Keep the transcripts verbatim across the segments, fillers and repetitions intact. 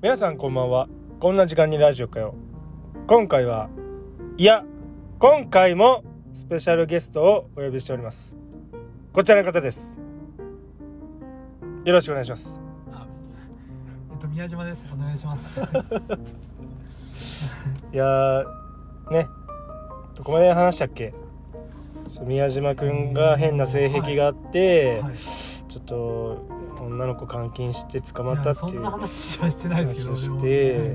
皆さんこんばんは。こんな時間にラジオかよ。今回はいや今回もスペシャルゲストをお呼びしております。こちらの方です。よろしくお願いします。 あえっと宮島です。お願いしますいやーねどこまで話したっけ。宮島くんが変な性癖があって、はいはい、ちょっと女の子監禁して捕まったっていうそんな話はしてないですけどして、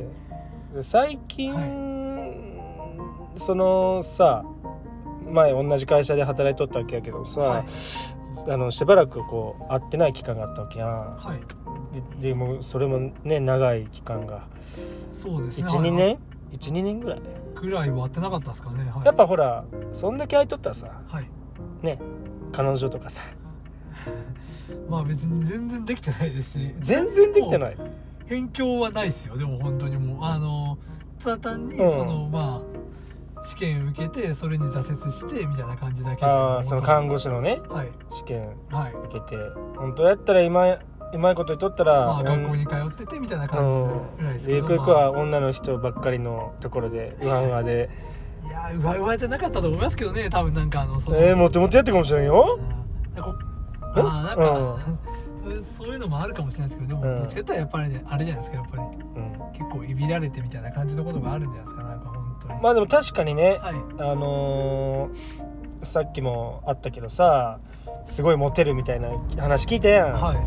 はい、最近、はい、そのさ前同じ会社で働いとったわけやけどさ、はい、あのしばらくこう会ってない期間があったわけやん、はい、で, でもそれもね長い期間がそうですねいち,に 年 いち,に 年ぐらいぐらいは会ってなかったですかね、はい、 やっぱほらそんだけ会いとったらさ、はい、ね彼女とかさまあ別に全然できてないですし全然できてない辺境はないですよ。でも本当にもうあのただ単にその、うん、まあ試験受けてそれに挫折してみたいな感じだけど、 ああその看護師のね、はい、試験受けて、はい、本当やったら今うまいこと言っとったら、 まあ、学校に通っててみたいな感じぐらいですけど、 ゆくゆくは女の人ばっかりのところでうわうわでいやうわうわじゃなかったと思いますけどね。多分なんかあのそのえー、もっともっとやってるかもしれんよ。 ああなんか、うん、そういうのもあるかもしれないですけど、でもどっちかって言ったらやっぱり、ね、あれじゃないですかやっぱり、うん、結構いびられてみたいな感じのことがあるんじゃないですか。なんか本当にまあでも確かにね、はい、あのー、さっきもあったけどさすごいモテるみたいな話聞いたやん、はい、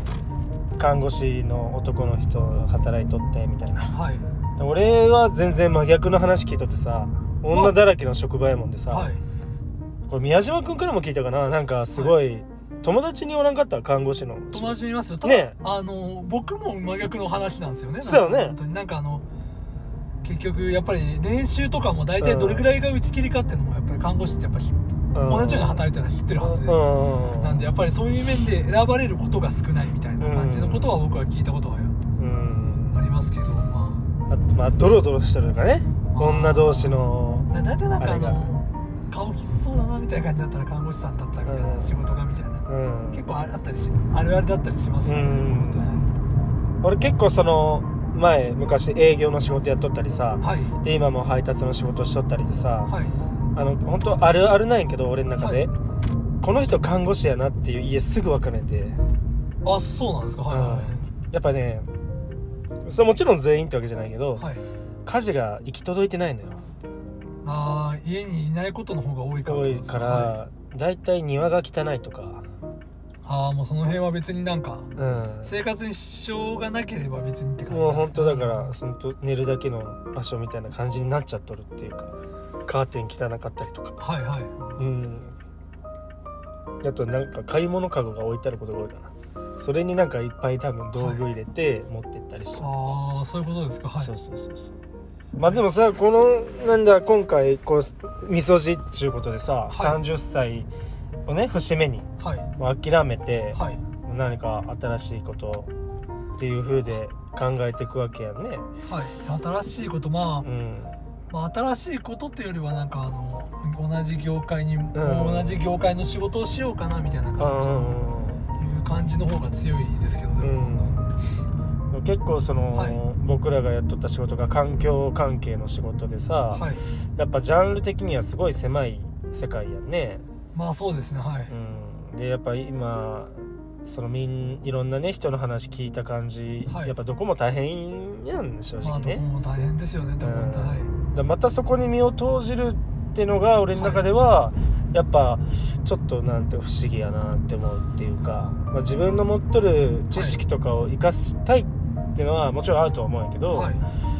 看護師の男の人働いとってみたいな、はい、俺は全然真逆の話聞いとってさ女だらけの職場やもんでさ、はい、これ宮島くんからも聞いたかな。なんかすごい、はい、友達におらんかった。看護師の友達にいますよ。ただ、ね、あの僕も真逆の話なんですよね。 そうよね。 本当になんかあの結局やっぱり練習とかも大体どれぐらいが打ち切りかっていうのもやっぱり看護師ってやっぱ同じように働いてるのは知ってるはずで、うん、なんでやっぱりそういう面で選ばれることが少ないみたいな感じのことは僕は聞いたことがありますけど、まあ、あとまあドロドロしてるとかね、女同士の大体なんかあの顔きつそうだなみたいな感じだったら看護師さんだったみたいな、うん、仕事がみたいな、うん、結構あったりしあるあるだったりしますよね、うん、本当に。 俺結構その前昔営業の仕事やっとったりさ、はい、で今も配達の仕事しとったりでさ、はい、あの本当あるあるないんけど俺の中で、はい、この人看護師やなっていう家すぐ分かれて。 あ、そうなんですか。はい、はい、うん、 やっぱねそれもちろん全員ってわけじゃないけど、はい、家事が行き届いてないのよ。 あ家にいないことの方が多いから多いから、はい、だいたい庭が汚いとか。 ああもうその辺は別になんか、うん、生活に支障がなければ別にって感じなんですか。 もう本当だからその寝るだけの場所みたいな感じになっちゃっとるっていうか、カーテン汚かったりとか。はいはい。うん。あとなんか買い物カゴが置いてあることが多いかな。それになんかいっぱい多分道具入れて持ってったりして、はい、 ああそういうことですか。はい。 そうそうそうそう。まあでもさこのなんだ今回こうみそじっちゅうことでさ、はい、さんじゅっさいをね節目に、はい、もう諦めて、はい、何か新しいことっていう風で考えていくわけやね。 はい。新しいことまあ、うんまあ、新しいことっていうよりはなんかあの同じ業界に、うん、同じ業界の仕事をしようかなみたいな感じの、うん、いう感じの方が強いですけどね。 うん、結構その、はい、僕らがやっとった仕事が環境関係の仕事でさ、はい、やっぱジャンル的にはすごい狭い世界やね。 まあそうですね。はい、 うん、でやっぱ今そのみんいろんなね人の話聞いた感じ、はい、やっぱどこも大変やん正直ね。 まあ、どこも大変ですよね。どこも、うんはい、 だまたそこに身を投じるっていうのが俺の中では、はい、やっぱちょっとなんて不思議やなって思うっていうか、まあ、自分の持っとる知識とかを生かしたいっていうのはもちろんあるとは思うんやけど、はい、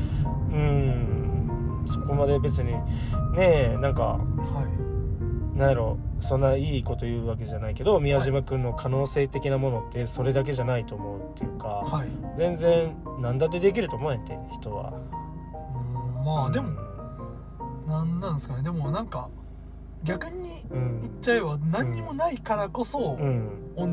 うんそこまで別にねえなんか、はいなんやろそんないいこと言うわけじゃないけど宮島くんの可能性的なものってそれだけじゃないと思うっていうか、はい、全然何だってできると思うんやって人は。 うんまあでも、うん、なんなんですかね。でもなんか逆に言っちゃえば、うん、何にもないからこそ、うん、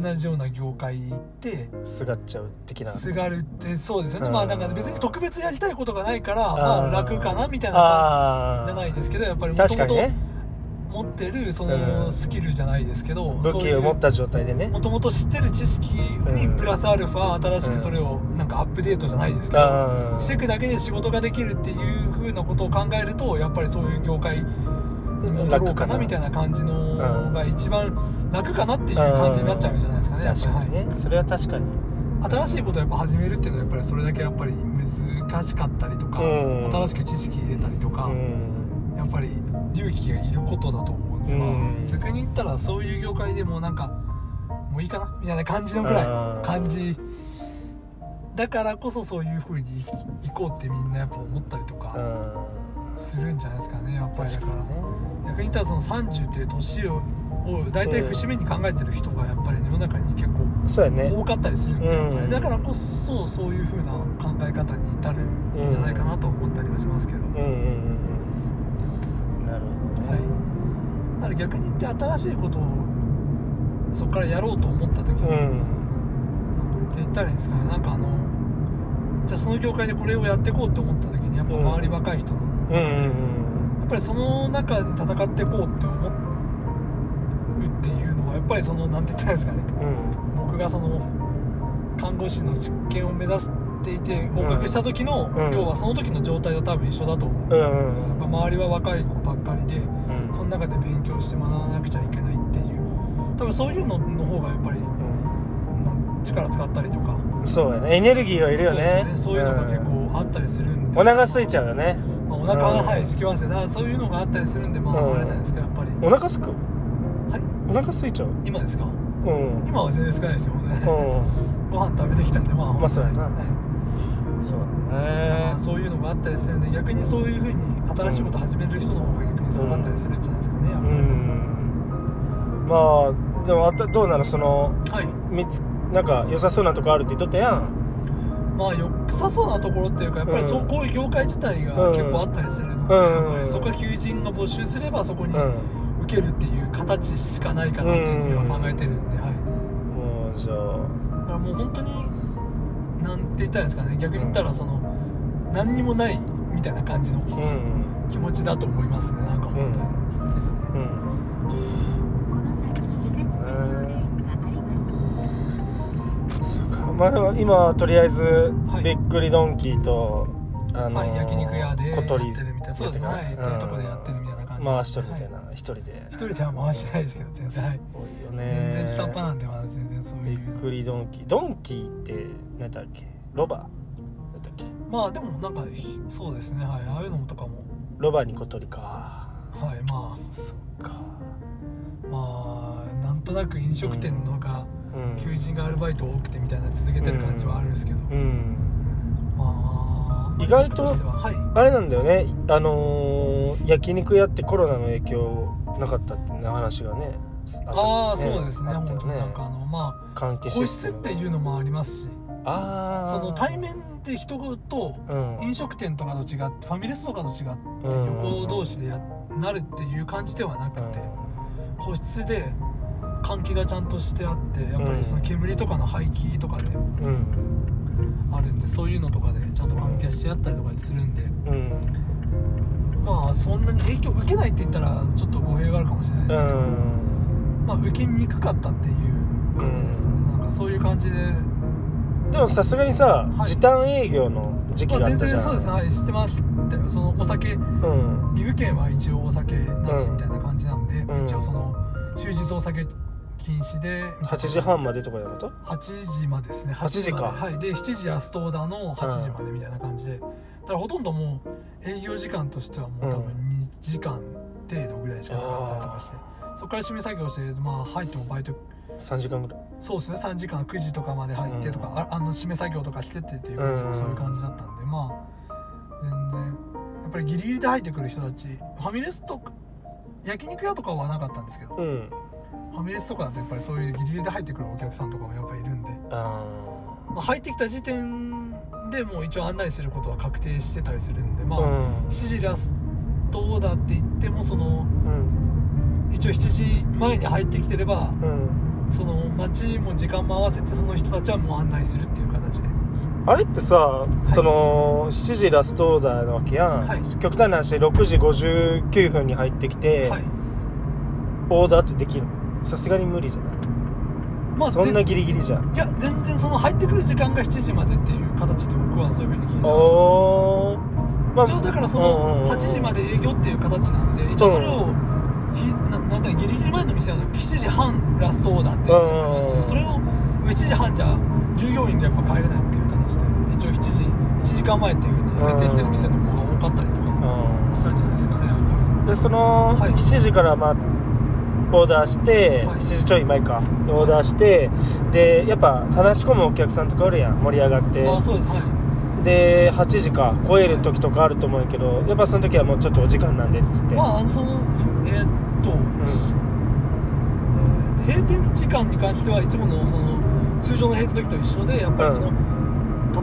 同じような業界行ってすがっちゃう的なすがるってそうですよね。まあなんか別に特別やりたいことがないからまあ楽かなみたいな感じじゃないですけどやっぱりもともと持ってるそのスキルじゃないですけど、 うん、武器を持った状態でね、 もともと知ってる知識にプラスアルファ新しくそれをなんかアップデートじゃないですけど、うん、していくだけで仕事ができるっていう風なことを考えると、やっぱりそういう業界に戻ろうかなみたいな感じのが一番楽かなっていう感じになっちゃうんじゃないですかね。 確かにね、それは確かに新しいことをやっぱ始めるっていうのはやっぱりそれだけやっぱり難しかったりとか、うん、新しく知識入れたりとか、うん、やっぱり勇気がいることだと思うんで、うん、逆に言ったらそういう業界でもなんかもういいかなみたいな感じのぐらいの感じだからこそ、そういう風に行こうってみんなやっぱ思ったりとかするんじゃないですかね。やっぱりだから逆に言ったらそのさんじゅうっていう年を大体節目に考えてる人がやっぱり世の中に結構多かったりするんで、やっぱりだからこそそういう風な考え方に至るんじゃないかなと思ったりはしますけど、うんうんうん、なるほど、はい、だから逆に言って新しいことをそこからやろうと思った時に、うん、って言ったらいいんですかね、なんかあのじゃあその業界でこれをやっていこうって思った時にやっぱ周り若い人の中で、うんうんうん、やっぱりその中で戦っていこうって思ってっていうのはやっぱりそのなんて言ったらいいんですかね、うん、僕がその看護師の実験を目指していて合格した時の、うん、要はその時の状態と多分一緒だと思うんです、うんうん、やっぱ周りは若い子ばっかりで、うん、その中で勉強して学ばなくちゃいけないっていう多分そういうのの方がやっぱり、うん、力使ったりとかそうやね、エネルギーがいるよね。 そうですね、そういうのが結構あったりするんで、 お腹空いちゃうよね、 まあ、お腹は、うん、はい空きますね。だからそういうのがあったりするんで、まあ、うん、あれじゃないですかやっぱりお腹すくお腹空いちゃう今ですか、 うん、 今は全然少ないですよね、うん、 ご飯食べてきたんで、まあまあそうやな、はい、そうだね、 まあ、そういうのがあったりするんで逆にそういう風に新しいこと始める人の方が逆にそうなったりするんじゃないですかね、やっぱり、うん、まあでもあたどうなのその、 はい、 みつなんか良さそうなとこあるって言っとったやん。 まあ良さそうなところっていうかやっぱりそう、うん、こういう業界自体が結構あったりするので、うん、やっぱりそこは求人が募集すればそこに、うん受けるっていう形しかないかなっていうふうには考えてるんで、はい、 もうじゃあだからもう本当になんて言ったらいいんですかね、逆に言ったらその、うん、何にもないみたいな感じの気持ちだと思いますね、なんか本当にですね、うんうん、まあ、今とりあえず、はい、びっくりドンキーとあのーはい、焼肉屋で小鳥やってるみたいな、そうですね、はい、っていうところでやってるみたいな感じ回しとるみたいな、 はい、 一人で一人では回してないですけど全然、はい、すごいよね、 全然下っ端なんでまだ全然そういうびっくりドンキードンキーって何だっけ、ロバだったっけ、 まあでもなんかそうですね、はい、ああいうのとかもロバに小鳥か、 はい、まあそっか、 まあなんとなく飲食店のが、うん、求人がアルバイト多くてみたいな続けてる感じはあるんですけど、うんうん、まあ意外と、はい、あれなんだよね、あのー、焼肉屋ってコロナの影響なかったって話がね、 ああ、ね、そうですね、本当になんかあのまあ換気個室っていうのもありますし、 あその対面で人と飲食店とかと違って、うん、ファミレスとかと違って横同士でやなるっていう感じではなくて、うん、個室で換気がちゃんとしてあってやっぱりその煙とかの排気とかで、うんあるんで、そういうのとかでちゃんと関係してやったりとかするんで、うん、まあそんなに影響受けないって言ったらちょっと語弊があるかもしれないですけど、うん、まあ受けにくかったっていう感じですかね、うん、なんかそういう感じで。 でもさすがにさ、はい、時短営業の時期があったじゃん、 まあ、全然そうですね、はい、知ってましたよ。そのお酒、うん、岐阜県は一応お酒なしみたいな感じなんで、うん、一応その終日お酒禁止ではちじはんまでとかやるとはちじまでですね、 はちじか、 はい、でしちじラストオーダーのはちじまでみたいな感じで、だからほとんどもう営業時間としてはもう多分にじかん程度ぐらいしかなかったりとかして、うん、そこから締め作業して、まあ入ってもバイトさんじかんぐらい、 そうですね、さんじかんくじとかまで入ってとか、うん、あ, あの締め作業とかしてってっていう感じもそういう感じだったんで、まあ全然やっぱりギリギリで入ってくる人たち、ファミレスとか焼肉屋とかはなかったんですけど、うん、ファミレスとかだとやっぱりそういうギリギリで入ってくるお客さんとかもやっぱりいるんで、あ、まあ、入ってきた時点でもう一応案内することは確定してたりするんで、まあ、うん、しちじラストオーダーって言ってもその、うん、一応しちじまえに入ってきてれば、うん、その待ちも時間も合わせてその人たちはもう案内するっていう形で。 あれってさ、はい、そのしちじラストオーダーなわけやん、はい、極端な話ろくじごじゅうきゅうふんに入ってきて、はい、 オーダーってできるの？さすがに無理じゃない？まあそんなギリギリじゃん。 いや全然その入ってくる時間がしちじまでっていう形で僕はそういう風に聞いてます。 おー、まあ、 一応だからそのはちじまで営業っていう形なんで、一応それをひななんだギリギリ前の店はしちじはんラストオーダーっていうのがありまして、それをしちじはんじゃ従業員がやっぱ帰れないっていう形で一応しちじいちじかんまえっていう風に設定してる店の方が多かったりとかしたんじゃないですかね。やっぱりでその、はい、しちじからまあオーダーして、はい、しちじちょい前かオーダーして、でやっぱ話し込むお客さんとかおるやん、盛り上がって。 あそうです、はい。 ではちじか超える時とかあると思うんやけど、はい、やっぱその時はもうちょっとお時間なんでっつって、 まああのそのえー、っと、うん、閉店時間に関してはいつものその通常の閉店時と一緒で、やっぱりその、うん、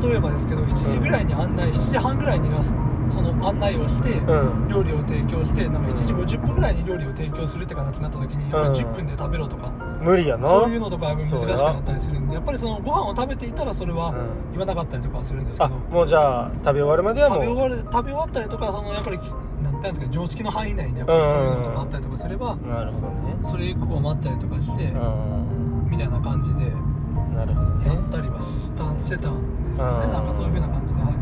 例えばですけどしちじぐらいに案内、うん、しちじはんぐらいにその案内をして、うん、料理を提供して、なんかしちじごじゅっぷんぐらいに料理を提供するって形になった時に、やっぱりじゅっぷんで食べろとか、 うん、無理やな、 そういうのとか難しくなったりするんで、やっぱりそのご飯を食べていたらそれは言わなかったりとかはするんですけど、うん、 あもうじゃあ食べ終わるまではもう食べ終わる食べ終わったりとか、そのやっぱりなんていうんですか、常識の範囲内でやっぱりそういうのとかあったりとかすれば、 なるほどね、 それ以降待ったりとかして、みたいな感じでなるほどね、 やったりはしたしてたんですよね。なんかそういう風な感じで、はい。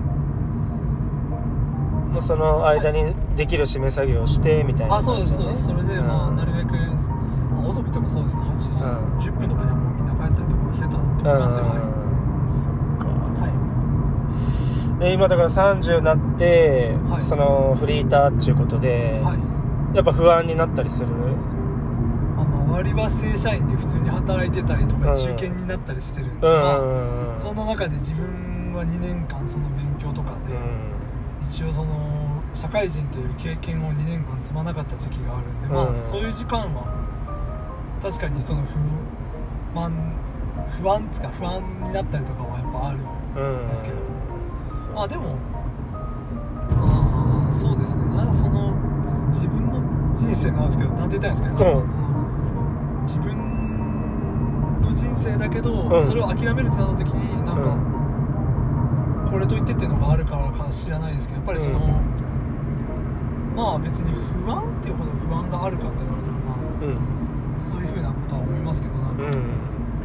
もうその間にできる締め作業をしてみたいな、 ね、あそうですそうです。それで、うん、まあなるべく、まあ、遅くてもそうですねはちじ、うん、じゅっぷんとかにはもうみんな帰ったりとかしてたと思いますよ、うん、はい。 そっか、 はい。 で今だからさんじゅうになって、はい、そのフリーターっていうことで、はい、やっぱ不安になったりする？ まあ、周りは正社員で普通に働いてたりとか、うん、中堅になったりしてるんで、うんまあ、そんな中で自分はにねんかんその勉強とかで、うん一応その社会人という経験をにねんかん積まなかった時期があるんで、うん、まあそういう時間は確かにその不安不安つか不安になったりとかはやっぱあるんですけど、うん、まあでもまあそうですね、なんかその自分の人生なんですけど、なんて言ったらいいんですかね、なんかその自分の人生だけど、うん、それを諦めるってなった時になんか、うんこれといってっていうのがあるからか知らないですけど、やっぱりその、うん、まあ別に不安っていうほど不安があるかって言われたらまあ、うん、そういうふうなことは思いますけど、なんか、うん、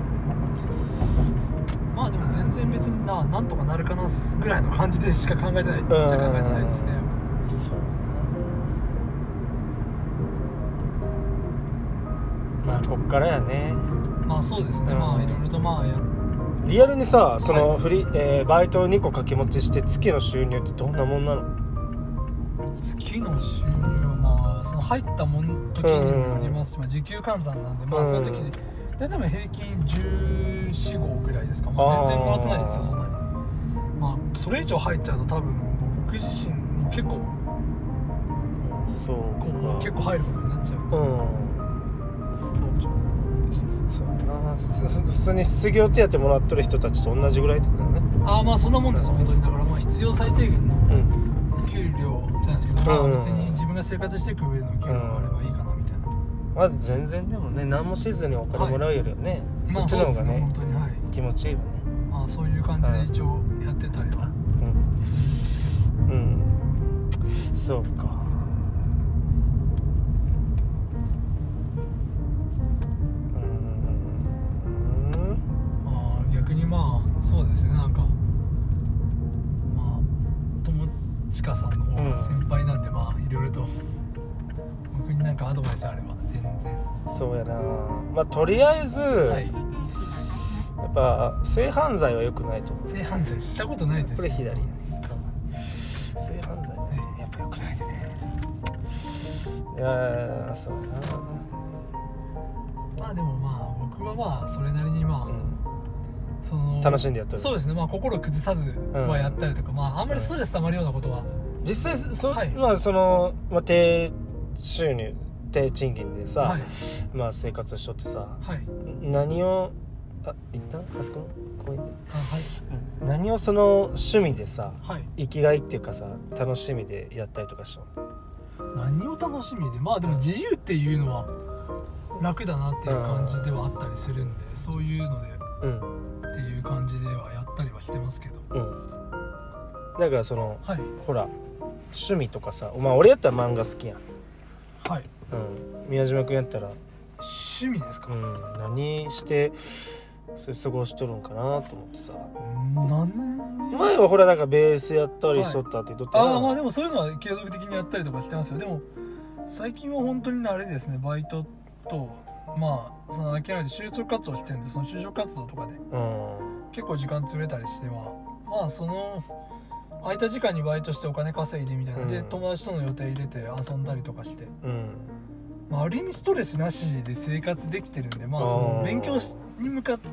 まあでも全然別にななんとかなるかなぐらいの感じでしか考えてないっちゃ考えてないですね。 そうまあこっからやね。 まあそうですね、うん、まあいろいろとまあやリアルにさ、そのフリ、はいえー、バイトをにこ掛け持ちして月の収入ってどんなもんなの？ 月の収入はまあその入ったもん時にもよりますし、まあ、時給換算なんで、まあその時に大体平均じゅうよん、ごぐらいですか、まあ、全然もらってないですよそんなに。まあそれ以上入っちゃうと多分僕自身も結構そうこう結構入ることになっちゃう、 うんそうな、普通に失業手当もらってる人たちと同じぐらいってことだね。 ああまあそんなもんです本当に。だからまあ必要最低限の給料じゃないですけど、うん、まあ別に自分が生活していく上の給料があればいいかなみたいな、うん、 まあ全然でもね何もしずにお金もらうよりはね、はい、そっちの方がね、まあ、本当に、はい、気持ちいいわね。 まあそういう感じで一応やってたりはうん、うん、そうか。 逆にまあそうですね、なんかまあ友近さんの方が先輩なんで、うん、まあいろいろと僕になんかアドバイスあれば全然。 そうやな、まあとりあえず、はい、やっぱ性犯罪は良くないと思う。 性犯罪したことないです。 これ左やね。性犯罪は、ね、やっぱ良くないでね。いやそうやな。 まあでもまあ僕はまあそれなりにまあ、うんその楽しんでやってる。 そうですね、まあ心崩さずはやったりとか、うん、まああんまりストレス溜まるようなことは実際そ、はい、まあその、まあ、低収入低賃金でさ、はい、まあ生活しとってさ、はい、何をあ行ったあそこの公園で、あ、はい、何をその趣味でさ、はい、生きがいっていうかさ楽しみでやったりとかしよう。何を楽しみで、まあでも自由っていうのは楽だなっていう感じではあったりするんで、うん、そういうので、うんっていう感じではやったりはしてますけど、うん、 だからその、はい、ほら趣味とかさ、まあ俺やったら漫画好きやん、はい、うん、宮島君やったら趣味ですか、 うん、何してそれ過ごしとるんかなと思ってさ。 なん前はほらなんかベースやったりしとったって言っとったな、 はい、ああまあでもそういうのは継続的にやったりとかしてますよ。でも最近は本当にあれですね、バイトとまあその諦めて就職活動してるんで、その就職活動とかで結構時間潰れたりしては、まあその空いた時間にバイトしてお金稼いでみたいな、うん、で友達との予定入れて遊んだりとかして、うんまあ、ある意味ストレスなしで生活できてるんで、まあその勉強に向かって、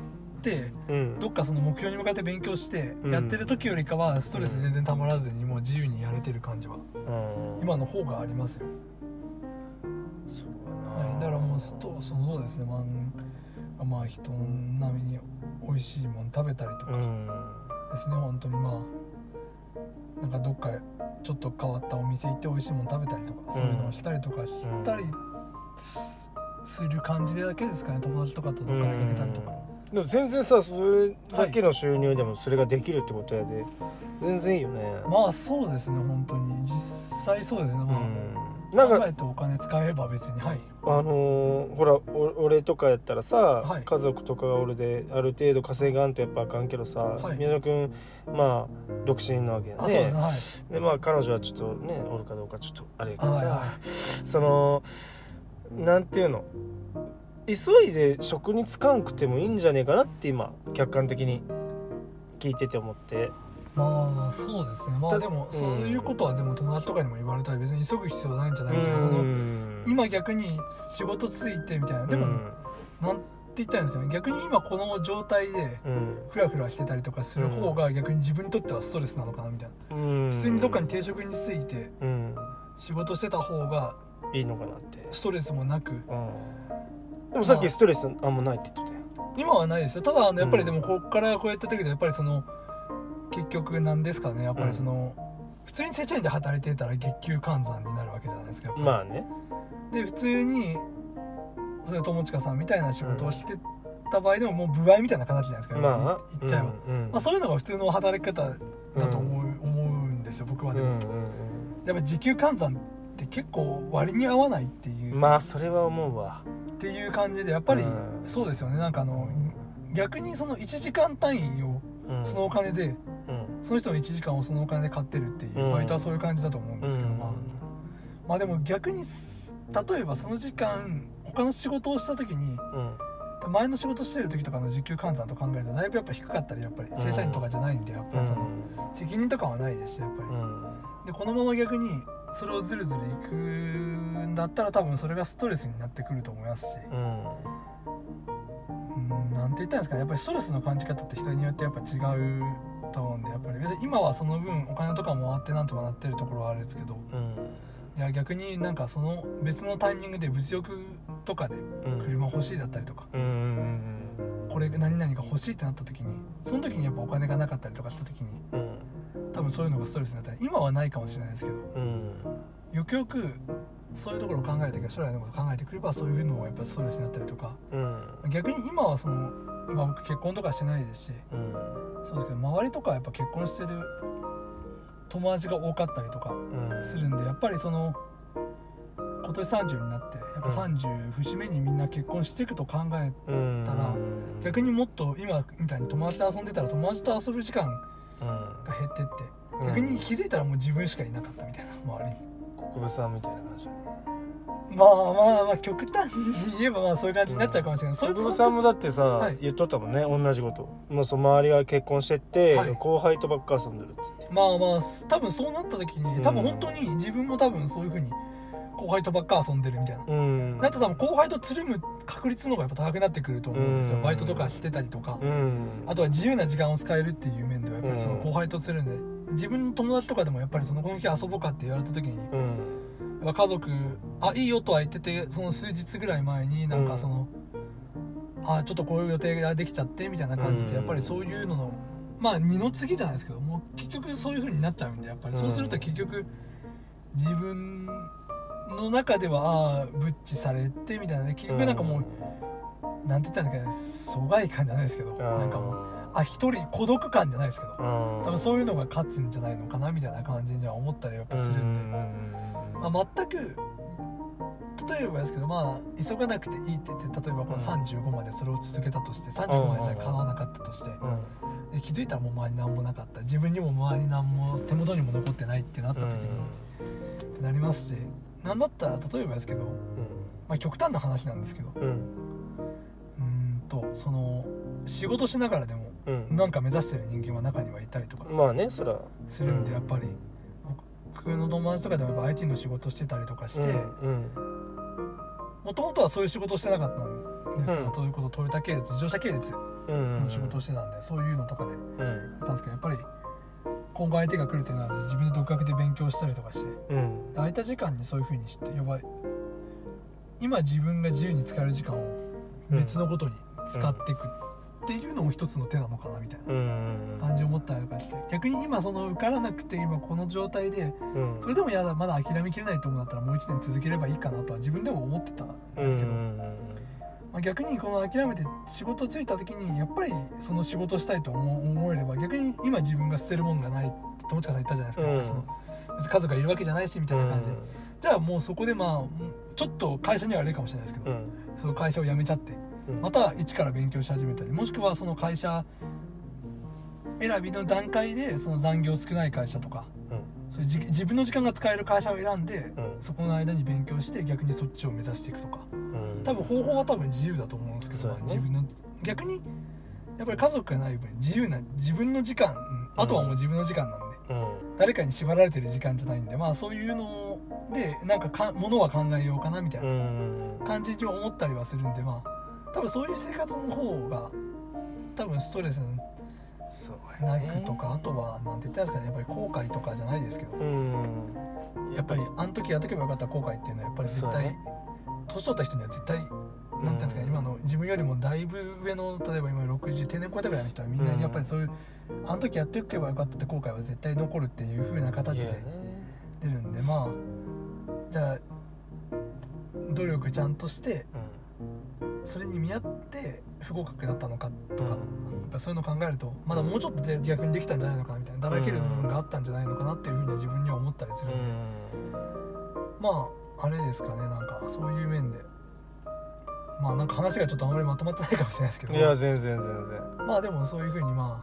うん、どっかその目標に向かって勉強してやってる時よりかはストレス全然たまらずにもう自由にやれてる感じは今の方がありますよ。そうだな、はい、だからもうストそのそうですね、まあ、まあ人並みに美味しいもの食べたりとかですね、本当にまあなんかどっかちょっと変わったお店行って美味しいもの食べたりとか、そういうのをしたりとかしたりする感じだけですかね。友達とかとどっか出かけたりとか。 でも全然さ、それだけの収入でもそれができるってことやで、はい、全然いいよね。 まあそうですね、本当に実際そうですね、まあ、うん、なんか考えてお金使えば別に、はい、 あのー、ほら俺とかやったらさ、はい、家族とかが俺である程度稼がんとやっぱあかんけどさ、はい、宮野くんまあ独身なわけやね。あ、そうですね、はい、でまあ彼女はちょっとねおるかどうかちょっとあれやけどさ、はいはい、そのなんていうの、急いで職に就かんくてもいいんじゃねえかなって今客観的に聞いてて思って。 まあそうですね、まあでもそういうことはでも友達とかにも言われたり、別に急ぐ必要ないんじゃないみたいな、その今逆に仕事ついてみたいな、でもなんて言ったらいいんですかね、逆に今この状態でフラフラしてたりとかする方が逆に自分にとってはストレスなのかなみたいな、普通にどっかに定職について仕事してた方がいいのかなって、 ストレスもなく。 でもさっきストレスあんまないって言ってたよ。 今はないですよ。ただあのやっぱりでもこっからこうやった時でやっぱりその結局なんですかね、やっぱりその、うん、普通に正社員で働いてたら月給換算になるわけじゃないですか。 まあね。 で普通にそれ友近さんみたいな仕事をしてた場合でももう歩合みたいな形じゃないですか、まあ、言っちゃえば、うんうん、まあ、そういうのが普通の働き方だと思う、うん、思うんですよ僕は。でも、うんうんうん、やっぱ時給換算って結構割に合わないっていう、 まあそれは思うわっていう感じで、やっぱりそうですよね。なんかあの逆にそのいちじかん単位をそのお金で、うん、その人のいちじかんをそのお金で買ってるっていうバイトはそういう感じだと思うんですけど、うん、まあ、まあでも逆に例えばその時間他の仕事をした時に、うん、前の仕事してる時とかの時給換算と考えるとだいぶやっぱ低かったり、やっぱり正社員とかじゃないんでやっぱりその責任とかはないですし、やっぱり、うん、でこのまま逆にそれをずるずるいくんだったら多分それがストレスになってくると思いますし、うんなんて言ったんですかね、やっぱりストレスの感じ方って人によってやっぱ違うと思うんで、やっぱり別に今はその分お金とかもあってなんとかなってるところはあるんですけど、うん、いや逆になんかその別のタイミングで物欲とかで車欲しいだったりとか、うん、これ何々が欲しいってなった時にその時にやっぱお金がなかったりとかした時に、うん、多分そういうのがストレスになったり、今はないかもしれないですけど、うん、よくよくそういうところを考えてくる、将来のことを考えてくればそういうのもやっぱストレスになったりとか、うん、逆に今はその、まあ、僕結婚とかしてないですし、うん、そうですけど周りとかやっぱ結婚してる友達が多かったりとかするんで、うん、やっぱりその今年さんじゅうになってやっぱさんじゅう節目にみんな結婚していくと考えたら、うん、逆にもっと今みたいに友達と遊んでたら友達と遊ぶ時間が減ってって、うん、逆に気づいたらもう自分しかいなかったみたいな、周りに国分さんみたいな感じ。 まあまあまあ極端に言えばまあそういう感じになっちゃうかもしれない。 国分、うん、さんもだってさ、はい、言っとったもんね、同じこと。もうその周りが結婚してって、はい、後輩とばっか遊んでるっつって。 まあまあ多分そうなった時に多分本当に自分も多分そういう風に後輩とばっか遊んでるみたいな、うん、だって多分後輩とつるむ確率の方がやっぱ高くなってくると思うんですよ、うん、バイトとかしてたりとか、うん、あとは自由な時間を使えるっていう面ではやっぱりその後輩とつるんで、自分の友達とかでもやっぱりそのこの日遊ぼうかって言われた時に、うん、家族あいいよとは言ってて、その数日ぐらい前になんかその、うん、あちょっとこういう予定ができちゃってみたいな感じで、やっぱりそういうののまあ二の次じゃないですけども、結局そういう風になっちゃうんで、やっぱりそうすると結局自分の中ではあブッチされてみたいなね、結局なんかもう、うん、なんて言ったんですかね、疎外感じゃないですけど、なんかもうあ一人孤独感じゃないですけど、多分そういうのが勝つんじゃないのかなみたいな感じには思ったりやっぱするんで、まあ、全く例えばですけど、まあ急がなくていいって言って例えばこのさんじゅうごまでそれを続けたとして、さんじゅうごまでじゃ叶わなかったとして、うん、で気づいたらもう周り何もなかった、自分にも周り何も手元にも残ってないってなった時に、うん、ってなりますし、なんだったら例えばですけど、うん、まあ極端な話なんですけど、うん、うーんとその仕事しながらでも何か目指してる人間は中にはいたりとかまあねそらするんで、やっぱり僕の友達とかでもやっぱ アイティー の仕事してたりとかして、もともとはそういう仕事してなかったんですが、うん、そういうことトヨタ系列、自動車系列の仕事をしてたんで、そういうのとかでやったんですけど、やっぱり今後相手が来るっていうのは自分で独学で勉強したりとかして、うん、空いた時間にそういう風にして呼ばれ、今自分が自由に使える時間を別のことに使っていくっていうのも一つの手なのかなみたいな感じを思ったりとかして、逆に今その受からなくて今この状態で、それでもやだまだ諦めきれないと思うんだったらもういちねん続ければいいかなとは自分でも思ってたんですけど、まあ、逆にこの諦めて仕事ついた時にやっぱりその仕事したいと思えれば、逆に今自分が捨てるもんがないって友近さん言ったじゃないですか、うん、その別に家族がいるわけじゃないしみたいな感じで、うん、じゃあもうそこでまあちょっと会社にはあれかもしれないですけど、うん、その会社を辞めちゃってまた一から勉強し始めたり、もしくはその会社選びの段階でその残業少ない会社とか、うん、そういうじ自分の時間が使える会社を選んで、うん、そこの間に勉強して逆にそっちを目指していくとか、うん、多分方法は多分自由だと思うんですけど、ね、自分の逆にやっぱり家族がない分自由な自分の時間、あとはもう自分の時間なんで、うん、誰かに縛られてる時間じゃないんで、まあそういうのでなんかかものは考えようかなみたいな感じに思ったりはするんで、まあ多分そういう生活の方が多分ストレスなくとか、ね、あとはなんて言ったんですかね、やっぱり後悔とかじゃないですけど、うんやっぱりあの時やっとけばよかった後悔っていうのはやっぱり絶対、ね、年取った人には絶対なんて言うんですかね、今の自分よりもだいぶ上の例えば今ろくじゅう定年超えたぐらいの人はみんなやっぱりそういう、うん、あの時やっておけばよかったって後悔は絶対残るっていう風な形で出るんで、まあじゃあ努力ちゃんとして、うん、それに見合って不合格だったのかとか、うん、やっぱそういうのを考えるとまだもうちょっと逆にできたんじゃないのかなみたいな、だらける部分があったんじゃないのかなっていうふうには自分には思ったりするんで、うん、まああれですかね、なんかそういう面でまあなんか話がちょっとあんまりまとまってないかもしれないですけど、 いや全然全然まあでもそういうふうにまあ、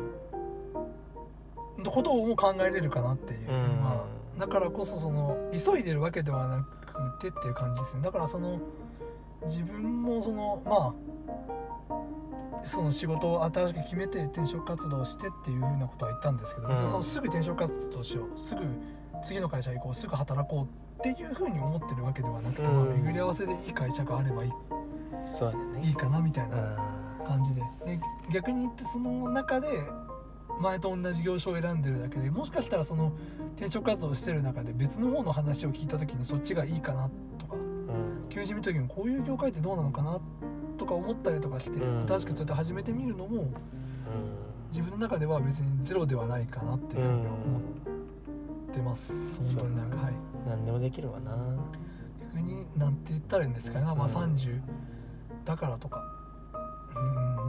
うん、ことをも考えれるかなっていう、うん、まあだからこそその急いでるわけではなくてっていう感じですね。だからその自分もそのまあその仕事を新しく決めて転職活動をしてっていうふうなことは言ったんですけど、うん、そのすぐ転職活動しよう、すぐ次の会社行こう、すぐ働こうっていうふうに思ってるわけではなくて、うん、まあ、巡り合わせでいい会社があればいい、 そうだね、 いいかなみたいな感じで、で逆に言ってその中で前と同じ業種を選んでるだけで、もしかしたらその転職活動をしてる中で別の方の話を聞いた時にそっちがいいかなとか、うん、求人見た時にこういう業界ってどうなのかなとか思ったりとかして、うん、新しくそうやって始めてみるのも、うん、自分の中では別にゼロではないかなっていうふうに思ってます、うん、本当になんか、はい、 何でもできるわな。 逆になんて言ったらいいんですかね、まあ、さんじゅうだからとか、うん、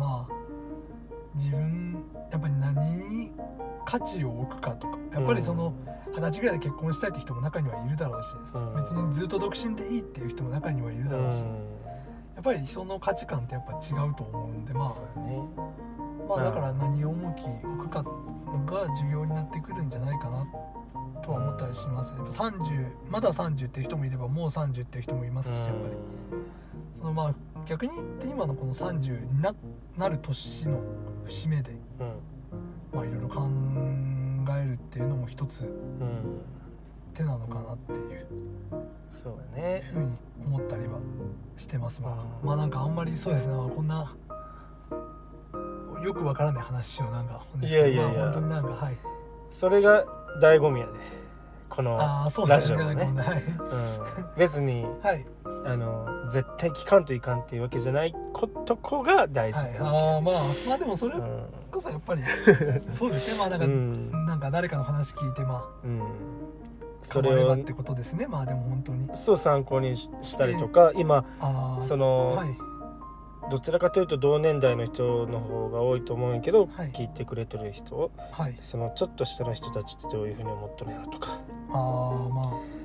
まあ自分やっぱり何に価値を置くかとか、やっぱりそのはたちぐらいで結婚したいって人も中にはいるだろうし、うん、別にずっと独身でいいっていう人も中にはいるだろうし、うん、やっぱり人の価値観ってやっぱ違うと思うんで、まあそうね、まあだから何を重き置くかが重要になってくるんじゃないかなとは思ったりします。やっぱさんじゅうまださんじゅうっていう人もいればもうさんじゅうっていう人もいますし、やっぱりそのまあ逆に言って今のこのさんじゅうに な, なる年の節目で、うん、まあいろいろ考えるっていうのも一つ手なのかなっていう、 そうだね、 ふうに思ったりはしてます。まあ、うん、まあなんかあんまりそうですね、こんなよくわからない話をなんかいやいやいや、 まあ、本当になんかはい、 それが醍醐味やで、このラジオのね、 はい、うん、 別に、はい、あの絶対聞かんといかんっていうわけじゃないことこが大事だよ、 はい、あまあまあでもそれこそやっぱり、うん、そうですね、まあなんか、うん、なんか誰かの話聞いてまあ、うん、それをってことですね。まあでも本当にそう参考に し, したりとか、今その、はい、どちらかというと同年代の人の方が多いと思うんやけど、はい、聞いてくれてる人、はい、そのちょっと下の人たちってどういうふうに思ってるんやろとか、 あまあ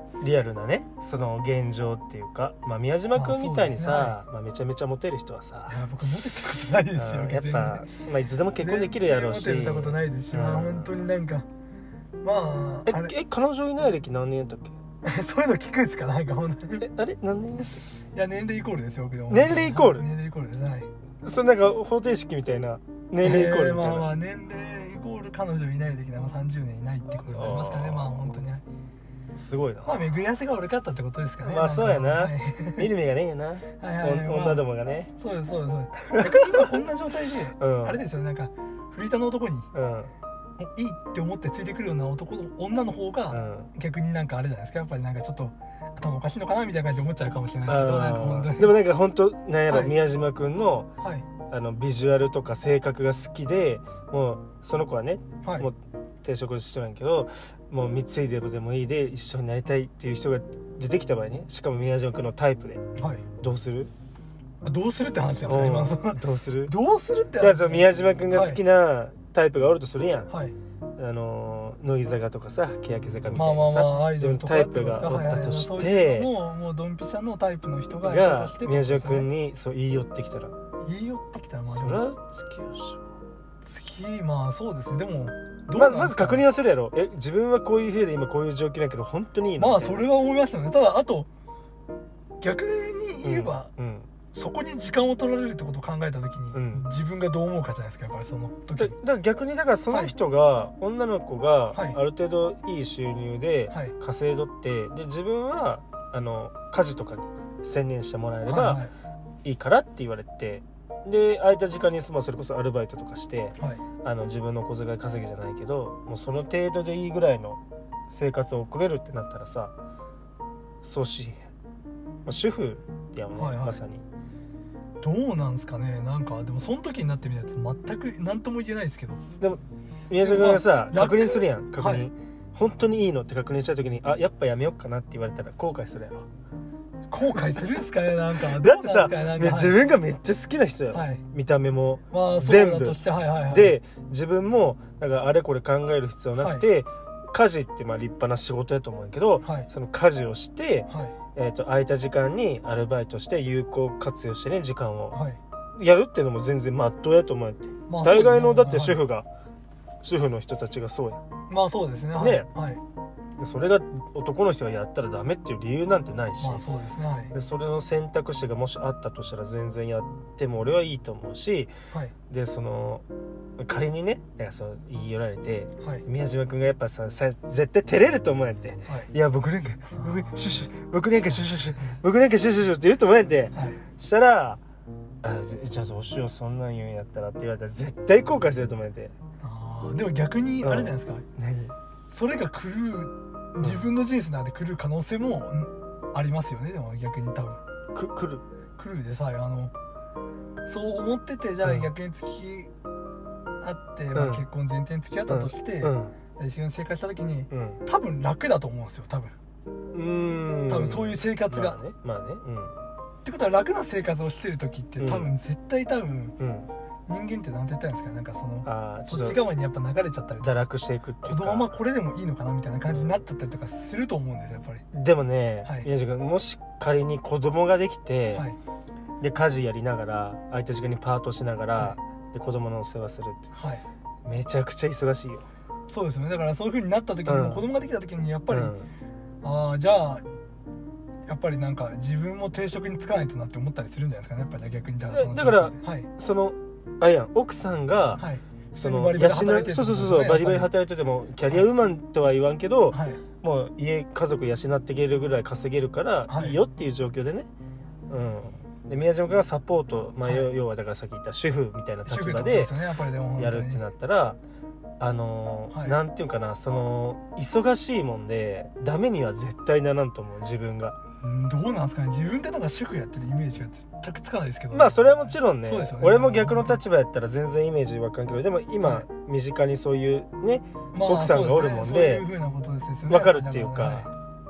リアルなねその現状っていうか、まあ、宮島君みたいにさ、まあねはいまあ、めちゃめちゃモテる人はさ、 いや僕モテたことないですよ、 やっぱ、まあ、いつでも結婚できるやろうし、 モテたことないですし、まあ本当になんかまあえあれえ彼女いない歴何年やったっけそういうの聞くんですかなんか本当にえあれ何年やったっけいや年齢イコールですよ僕でも年齢イコール、 はい、年齢イコールですはいそれなんか方程式みたいな年齢イコールみたいな、 えー、まあまあ年齢イコール彼女いない歴でもさんじゅうねんいないってことになりますかねまあ本当にすごいなまあ巡り合わせが悪かったってことですかねまあそうやな、 はい、 見る目がねえよなはいはい、はい、 女どもがね、 まあ、そうですそうですそうです逆に今こんな状態で、うん、あれですよなんかフリーターの男に、うんいいって思ってついてくるような男の女の方が、うん、逆になんかあれじゃないですかやっぱりなんかちょっと頭おかしいのかなみたいな感じで思っちゃうかもしれないですけどなんか本当にでもなんか本当なんやろ、はい、宮島くんの、はい、あのビジュアルとか性格が好きでもうその子はね、はい、もう定職してるんやけどもう貢いででもいいで一緒になりたいっていう人が出てきた場合ねしかも宮島くんのタイプで、はい、どうするどうするって話なんですか今のどうするどうするって話宮島くんが好きな、はいタイプがおるとするやん、はい、あの乃木坂とかさ欅坂みたいなさ、まあまあまあ自分タイプがおったとして、はいはい、 もうもうドンピシャのタイプの人がいたとして宮島君にそう言い寄ってきたら言い寄ってきたらまあそれは付き合うしょ次まあそうですねでもどうなんですか、ま、まず確認はするやろえ自分はこういう風で今こういう状況だけど本当にいいのまあそれは思いましたねただあと逆に言えば、うんうんそこに時間を取られるってことを考えた時に、うん、自分がどう思うかじゃないですかやっぱりその時にだから逆にだからその人が、はい、女の子がある程度いい収入で稼いどって、はい、で自分はあの家事とかに専念してもらえればいいからって言われて、で空いた時間にまあそれこそアルバイトとかして、はい、あの自分の小遣い稼ぎじゃないけどもうその程度でいいぐらいの生活を送れるってなったらさそうし、まあ、主婦ってやもんね、はいはい、まさにどうなんですかねなんかでもその時になってみないと全く何とも言えないですけどでも宮島君がさ、まあ、確認するやん確認、はい、本当にいいのって確認した時にあやっぱやめようかなって言われたら後悔するやろ後悔するんすかねなんかだってさ、ね、自分がめっちゃ好きな人やろ、はい、見た目も、まあ、全部して、はいはいはい、 で自分もなんかあれこれ考える必要なくて、はい、家事ってまあ立派な仕事やと思うんやけど、はい、その家事をして、はいえー、と空いた時間にアルバイトして有効活用してね時間を、はい、やるっていうのも全然まっとうやと思うって、まあ、大概のだって主婦が、はい、主婦の人たちがそうやまあそうですねね、 はい、 それが男の人がやったらダメっていう理由なんてないし、 まあそうですねはい、 でそれの選択肢がもしあったとしたら全然やっても俺はいいと思うし、はい、でその仮にねだからそう言い寄られて、はい、宮島君がやっぱささ絶対照れると思うんやって、はい、いや僕なんか僕シュシュ僕なんかシュシュシュ僕なんかシュシュシュって言うと思うんやって、はい、したらあじゃあどうしようそんなん言うんやったらって言われたら絶対後悔すると思うんやって。 あでも逆にあれじゃないですか、うん、何それが狂う自分の人生なんで狂う可能性もありますよねでも逆に多分く狂う狂うでさあのそう思っててじゃあ逆に付き合って、うんまあ、結婚前提に付き合ったとして、うん、一緒に生活した時に、うん、多分楽だと思うんですよ多分うーん多分そういう生活がまあねまあね、うん、 ってことは楽な生活をしてる時って多分、うん、絶対多分、うん、人間って何て言ったらいいんですかなんかそのあそっち側にやっぱ流れちゃったりとか堕落していくっていうかこのままこれでもいいのかなみたいな感じになっちゃったりとかすると思うんですよやっぱりでもね、はい、宮地君もし仮に子供ができて、はい、で家事やりながら空いた時間にパートしながら、はい、で子供のお世話するって、はい、めちゃくちゃ忙しいよそうですよねだからそういう風になった時に、うん、子供ができた時にやっぱり、うん、ああじゃあやっぱりなんか自分も定職に就かないとなって思ったりするんじゃないですかねやっぱり逆にじゃあそのだから、はい、そのあれやん奥さんが、はい、そのバリバリ働いてる、そうそうそうバリバリ働いててもキャリアウーマンとは言わんけど、はい、もう家家族養っていけるぐらい稼げるからいいよっていう状況でね、うん、で宮島君がサポート、まあ、要はだからさっき言った主婦みたいな立場でやるってなったらあのーはい、なんていうかなその忙しいもんでダメには絶対ならんと思う自分がどうなんですかね自分がなんか主婦やってるイメージが全くつかないですけど、ね、 まあそれはもちろん ね, ね俺も逆の立場やったら全然イメージわかんけどでも今、はい、身近にそういうね、まあ、奥さんがおるもんでわかるっていうか、はい、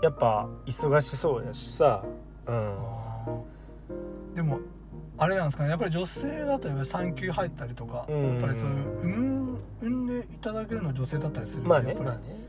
やっぱ忙しそうやしさ、うん、 でもあれなんですかねやっぱり女性だと産休入ったりとか、うん、やっぱりそういう産む産んでいただけるのは女性だったりするんで、 まあねやっぱり、 まあね、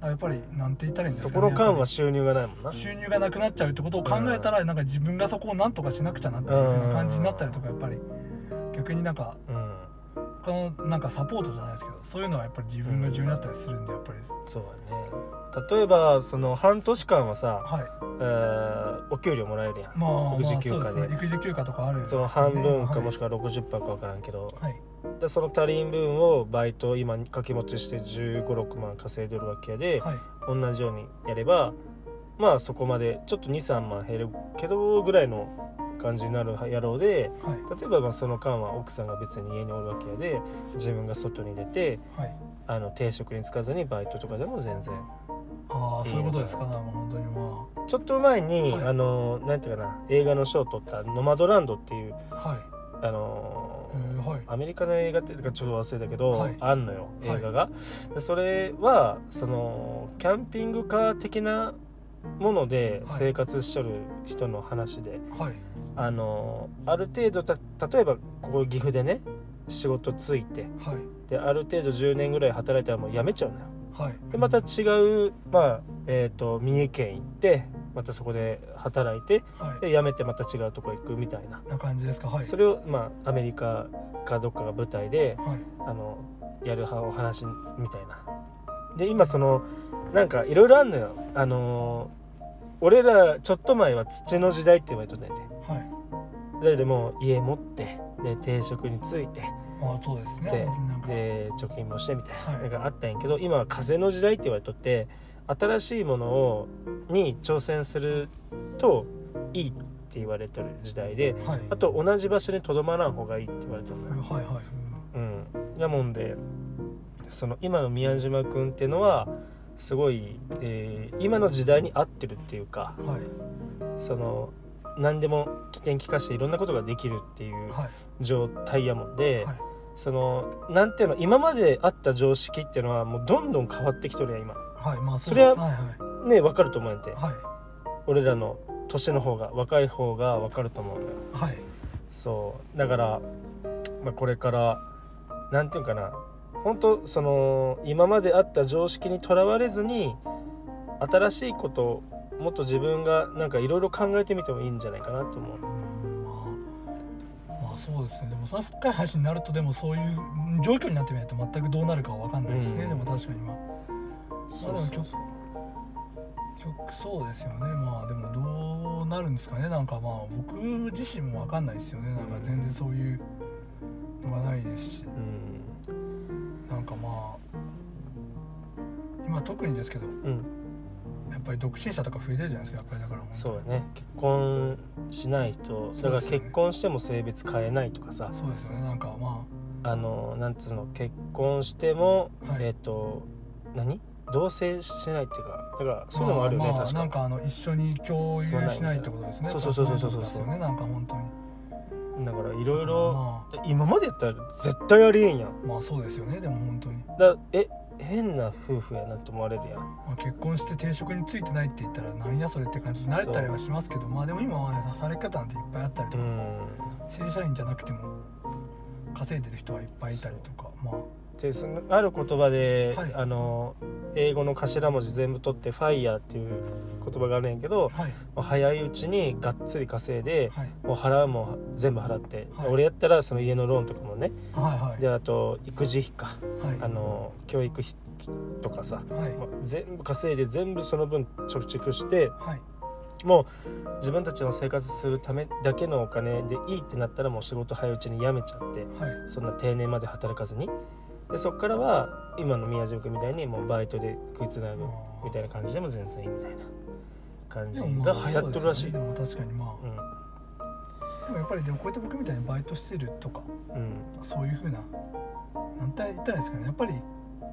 やっぱりなんて言ったらいいんですかね、 そこの間は収入がないもんな。 収入がなくなっちゃうってことを考えたら、うん、なんか自分がそこをなんとかしなくちゃなっていう風な感じになったりとか、やっぱり逆になんか、うん、他のなんかサポートじゃないですけど、そういうのはやっぱり自分が重要になったりするんで、やっぱり、うん、 そうだね。例えばその半年間はさ、 はい、 えー、お給料もらえるやん、 まあ、 育児休暇で、 まあそうですね、育児休暇とかある、ね、 その半分かもしくは ろくじゅっパーセント か分からんけど、 はい、 でその足りん分をバイト今掛け持ちしてじゅうご、ろくまん稼いでるわけやで、はい、同じようにやればまあそこまでちょっと にさんまん減るけどぐらいの感じになる野郎で、はい、例えばまあその間は奥さんが別に家におるわけやで、自分が外に出て、はい、あの定職に就かずにバイトとかでも全然、 ああそういうことですかね。本当にまあちょっと前に、はい、あのなんていうかな、映画の賞を取ったノマドランドっていう、はい、あのーはい、アメリカの映画っていうかちょっと忘れたけど、はい、あんのよ映画が、はい、でそれはそのキャンピングカー的なもので生活しとる人の話で、はい、あのある程度た例えばここ岐阜でね仕事ついて、はい、である程度じゅうねんぐらい働いたらもう辞めちゃうのよ、はい、でまた違う、まあえー、と三重県行ってまたそこで働いて、はい、で辞めてまた違うとこ行くみたいな、 な感じですか、はい、 それを、まあ、アメリカかどっかが舞台で、はい、あのやるお話みたいな。で今そのなんかいろいろあんのよ、あのー、俺らちょっと前は土の時代って言われとったんやて、はい、でもう家持ってで定職について、 ああそうですね、 で貯金もしてみたいな、はい、なんかあったんやけど、今は風の時代って言われとって、新しいものをに挑戦するといいって言われてる時代で、はい、あと同じ場所にとどまらん方がいいって言われてるのよ、はいはい、うん、やもんでその今の宮島くんっていうのはすごい、えー、今の時代に合ってるっていうか、はい、その何でも起点利かしていろんなことができるっていう状態やもんで、はい、そのなんていうの、今まであった常識っていうのはもうどんどん変わってきとるやん今、はい、まあ、そ, それは、はいはい、ね分かると思うんやて、はい、俺らの年の方が若い方が分かると思うのよ、はい、そうだから、まあ、これからなんていうかな、本当その今まであった常識にとらわれずに新しいことをもっと自分がなんかいろいろ考えてみてもいいんじゃないかなと思う。 うん、まあ、まあそうですね。でもその深い話になると、でもそういう状況になってみないと全くどうなるかは分かんないですね、うん、でも確かにまあそうそうそうそう、そうですよね。まあでもどうなるんですかね。なんかまあ僕自身も分かんないですよね。なんか全然そういうのがないですし、うん、なんかまあ今特にですけど、うん、やっぱり独身者とか増えてるじゃないですか。やっぱりだからそうだね、結婚しない人だから結婚しても性別変えないとかさ、 そうですよね。なんかまああのなんつうの、結婚しても、はい、えっ、ー、と何同棲しないっていうか、だからそういうのもあるよね、まあ、確かに。 なんかあの一緒に共有しないってことですね。 そうそうそうそうそうそうそうね。なんか本当にだからいろいろ今までやったら絶対ありえんやん。 まあそうですよね。でも本当にだえ変な夫婦やなと思われるやん、まあ、結婚して定職についてないって言ったらなんやそれって感じになれたりはしますけど、まあでも今は働き方なんていっぱいあったりとか、正社員じゃなくても稼いでる人はいっぱいいたりとか、まあでそのある言葉で、はい、あの英語の頭文字全部取ってファイヤーっていう言葉があるんやけど、はい、もう早いうちにがっつり稼いで、はい、もう払うも全部払って、はい、俺やったらその家のローンとかもね、はいはい、であと育児費か、はい、あの教育費とかさ、はい、まあ、全部稼いで全部その分貯蓄して、はい、もう自分たちの生活するためだけのお金でいいってなったらもう仕事早いうちに辞めちゃって、はい、そんな定年まで働かずに、でそっからは今の宮島君みたいにもうバイトで食いつなぐみたいな感じでも全然いいみたいな感じが流行ってるらしい。 でも確かにまあ、うん、でもやっぱりでもこうやって僕みたいにバイトしてるとか、うん、そういう風ななんて言ったらいいですかね、やっぱり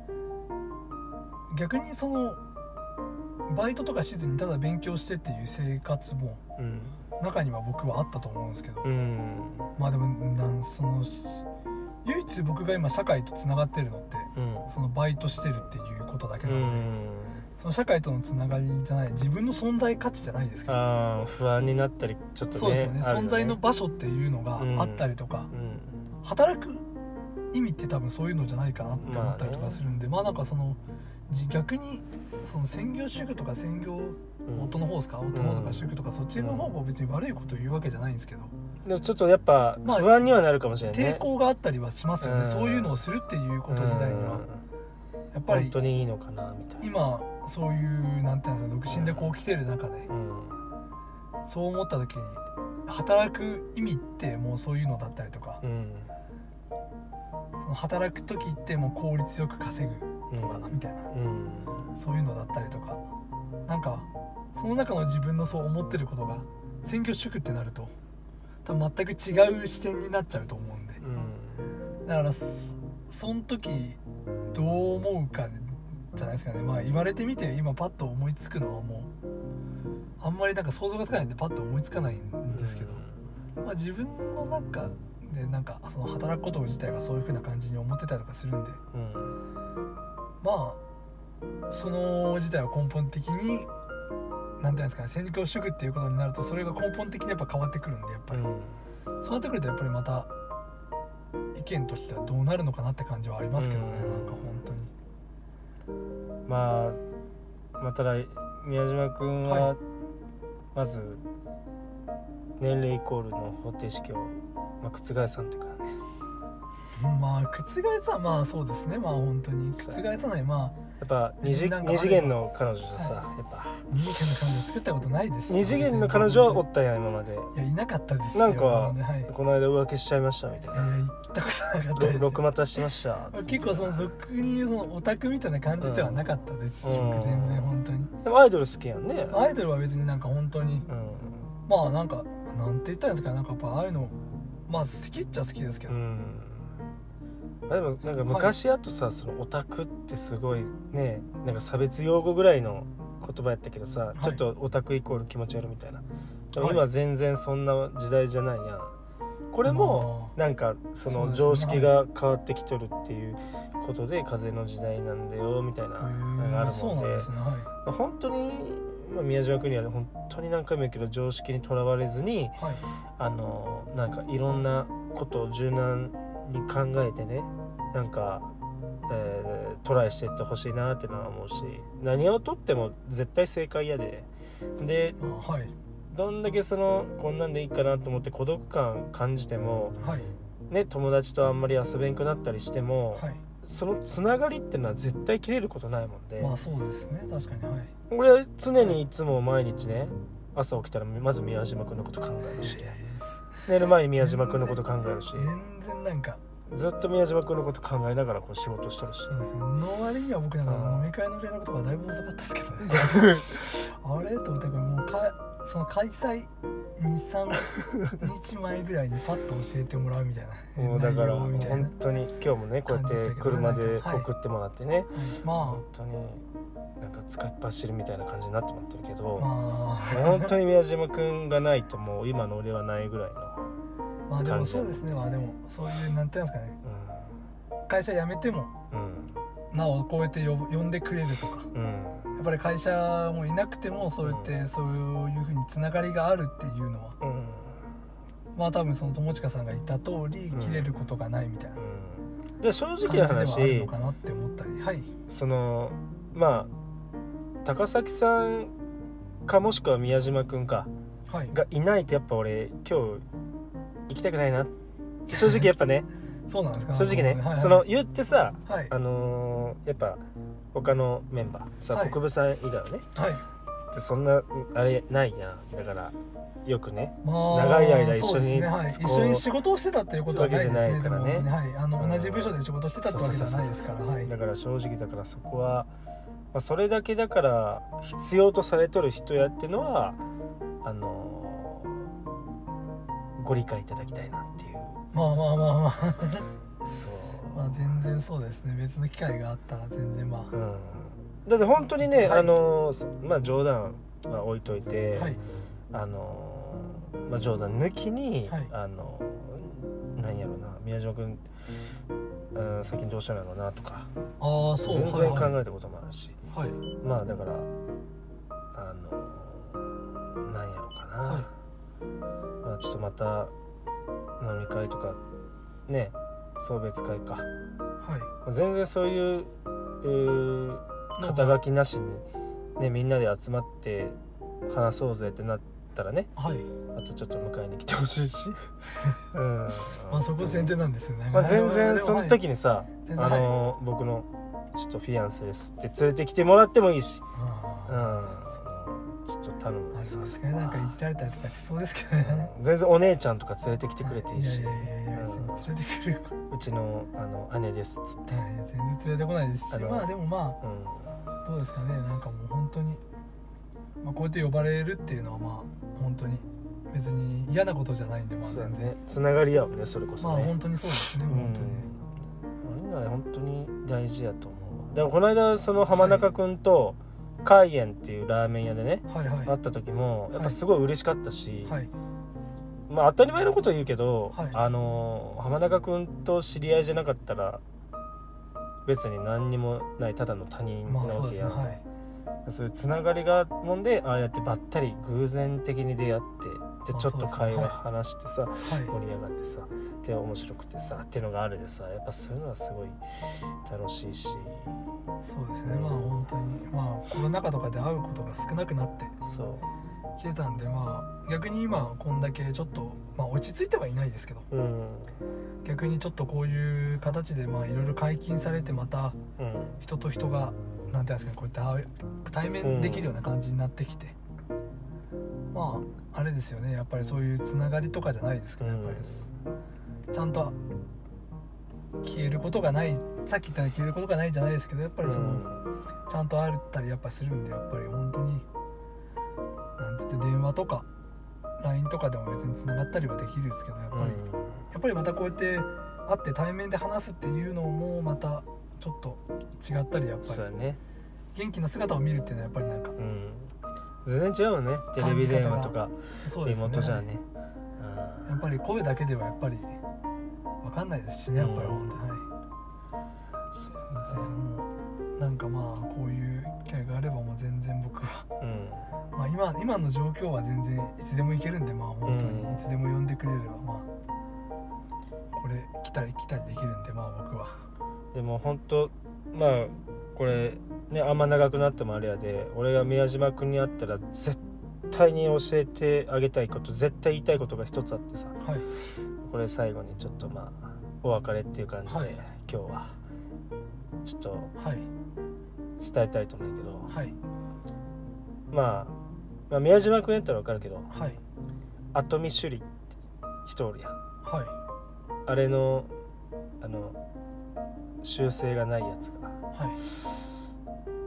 逆にそのバイトとかしずにただ勉強してっていう生活も中には僕はあったと思うんですけど、うん、まあでもなんその唯一僕が今社会とつながってるのって、うん、そのバイトしてるっていうことだけなんで、うん、その社会とのつながりじゃない、自分の存在価値じゃないですけど、 あ不安になったりちょっとね、 そうですよね、存在の場所っていうのがあったりとか、うん、働く意味味って多分そういうのじゃないかなって思ったりとかするんで、まあ、ね、まあなんかその逆にその専業主婦とか専業夫の方ですか、うん、夫の方とか主婦とかそっちの方が別に悪いことを言うわけじゃないんですけど、 でもちょっとやっぱ不安にはなるかもしれないね、 まあ、抵抗があったりはしますよね、うん、そういうのをするっていうこと自体には、やっぱり本当にいいのかなみたいな、 今そういうなんていうんですか、独身でこう来てる中で、うん、そう思った時に働く意味ってもうそういうのだったりとか、うん、その働く時ってもう効率よく稼ぐとか、うん、みたいな、うん、そういうのだったりとか、なんかその中の自分のそう思ってることが専業主婦ってなると多分全く違う視点になっちゃうと思うんで、うん、だからその時どう思うかじゃないですかね。まあ言われてみて今パッと思いつくのはもうあんまりなんか想像がつかないんでパッと思いつかないんですけど、うん、まあ、自分の中でなんかその働くこと自体がそういう風な感じに思ってたりとかするんで、うん、まあその自体は根本的になんていうんですかね、専業主婦っていうことになるとそれが根本的にやっぱ変わってくるんで、やっぱり、うん、そうなってくるとやっぱりまた意見としてはどうなるのかなって感じはありますけどね、うん、なんか本当にまあまただ宮島くんはまず年齢イコールの方程式を、まあ、覆さんというかね、 まあ覆さん、まあそうですね、まあ本当に覆さない、まあやっぱ 二, 次二次元の彼女でさ、はい、やっぱ二次元の彼女作ったことないですよ。 二次元の彼女はおったやん今まで。 いやいなかったですよ。 なんか、はい、この間浮気しちゃいましたみたいな。いや言ったことなかったですよ。 六股してました結構その俗に言うそのオタクみたいな感じではなかったですし、うん、僕全然本当に。 でもアイドル好きやんね。 アイドルは別になんか本当に、うん、まあなんかなんて言ったらいいんですか、なんかやっぱああいうのまあ好きっちゃ好きですけど、うん、 でもなんか昔あとさ、はい、そのオタクってすごいね、なんか差別用語ぐらいの言葉やったけどさ、はい、ちょっとオタクイコール気持ち悪いみたいな、でも今全然そんな時代じゃないやん、はい、これもなんかその常識が変わってきとるっていうことで風の時代なんだよみたいなのがあるもんで、ね、はい、本当に、まあ、宮島君には本当に何回も言うけど常識にとらわれずに、はい、あのなんかいろんなことを柔軟に考えてね、なんか、えー、トライしていってほしいなっていうのは思うし、何をとっても絶対正解やで、で、はい、どんだけそのこんなんでいいかなと思って孤独感感じても、はい、ね、友達とあんまり遊べんくなったりしても、はい、そのつながりってのは絶対切れることないもんで、 まあそうですね、確かに、はい、 俺は常にいつも毎日ね、朝起きたらまず宮島君のこと考えるし、寝る前に宮島君のこと考えるし、 全然なんかずっと宮島君のこと考えながらこう仕事してるし、 そうですね、の割には僕なんか飲み会の連絡とかだいぶ遅かったですけどねあれと思って、もうかその開催 にさんにちまえぐらいにパッと教えてもらうみたいな、 もうだから本当に今日もねこうやって車で送ってもらってね、はいはい、まあ本当になんか使いっ走りみたいな感じになってもらってるけど、まあ、本当に宮島くんがないともう今の俺はないぐらいのまあでもそうですね、まあでもそういうなんていうんですかね、うん、会社辞めても、うん、なおこうやって呼呼んでくれるとか、うん、やっぱり会社もいなくてもそうやって、うん、そういう風につながりがあるっていうのは、うん、まあ多分その友近さんが言った通り切れることがないみたいな、 うん、で正直な話あるのかなって思ったり、はい、 そのまあ高崎さんかもしくは宮島くんか、はい、がいないとやっぱ俺今日行きたくないな正直やっぱねそうなんですか、 正直ね、はいはい、その言ってさ、はい、あのー、やっぱ他のメンバーさ、はい、国分さん以外はね、はい、でそんなあれないやん、だからよくね、まあ、長い間一緒に、ね、はい、 一緒に仕事をしてたっていうことはないですね、でも、ね、はい、あの、うん、同じ部署で仕事してたってわけじゃないですから、はい、 だから正直だからそこは、まあ、それだけだから必要とされとる人やってのはあのー、ご理解いただきたいなっていう。 まあまあまあまあそうまあ全然そうですね、別の機会があったら全然まあ、うん、 だって本当にね、はい、あのー、まあ冗談は置いといて、はい、あのー、まあ冗談抜きに、はい、あのー、何やろうな、宮島君、うん、最近どうしたんやろうなとか、あ、そう全然考えたこともあるし、はい、まあだからあの何やろうかな、はい、まあ、ちょっとまた飲み会とかね送別会か、 はい、 全然そういう、えー、肩書きなしに、ね、みんなで集まって話そうぜってなったらね、 はい、 あとちょっと迎えに来てほしいし、うん、 まあそこ前提なんですよね、 まあ、全然その時にさ、はい、あの、 はい、 僕のちょっとフィアンセですって連れてきてもらってもいいし、うん、ちょっと頼むね。さすがになんかいじられたりとかしそうですけどね、 うん、全然お姉ちゃんとか連れてきてくれていいし、 いやいやいやいや、別に連れてくる、 うちの、あの姉ですっつって、 はい、全然連れてこないですし、まあでもまあ、うん、どうですかね、なんかもう本当に、まあ、こうやって呼ばれるっていうのはまあ本当に別に嫌なことじゃないんで、まあ全然つながり合うね、それこそね。 まあ本当にそうですね、うん、本当にみんな本当に大事やと思う。でもこの間その浜中くんと海塩っていうラーメン屋でね、はいはい、会った時もやっぱすごい嬉しかったし、はい、まあ当たり前のことを言うけど、はい、あの浜中くんと知り合いじゃなかったら別に何にもないただの他人なわけやん、まあそうですね、はい、そういうつながりがもんで、ああやってばったり偶然的に出会ってでちょっと会話話してさ、はい、盛り上がってさで面白くてさっていうのがあるでさ、やっぱそういうのはすごい楽しいし、 そうですね、まあ本当にまあコロナ禍とかで会うことが少なくなってきてたんで、まあ逆に今こんだけちょっと、まあ、落ち着いてはいないですけど、うん、逆にちょっとこういう形でまあいろいろ解禁されてまた人と人がなんていうんですかね、こうやって対面できるような感じになってきて、うん、まああれですよね、やっぱりそういうつながりとかじゃないですけど、やっぱりちゃんと消えることがない、さっき言ったように消えることがないじゃないですけど、やっぱりその、うん、ちゃんとあったりやっぱするんで、やっぱり本当になんて言って電話とか ライン とかでも別につながったりはできるんですけど、やっぱり、うん、やっぱりまたこうやって会って対面で話すっていうのもまたちょっと違ったり、やっぱりそうだね、元気な姿を見るっていうのはやっぱりなんか、うん、 全然違うよね、テレビ電話とかリモートじゃね、 やっぱり声だけではやっぱり分かんないですしね、やっぱり本当に、はい、全然もうなんかまあこういう機会があればもう全然僕は、うん、まあ 今, 今の状況は全然いつでも行けるんで、まあ本当にいつでも呼んでくれれば、まあこれ来たり来たりできるんで、まあ僕はでも本当まあこれねあんま長くなってもあれやで、俺が宮島君に会ったら絶対に教えてあげたいこと、絶対言いたいことが一つあってさ、はい、これ最後にちょっとまあお別れっていう感じで、はい、今日はちょっと伝えたいと思うんだけど、はい、まあ、まあ宮島君やったら分かるけど、はい、アトミシュリって人おるやん、はい、あれのあの修正がないやつが、はい、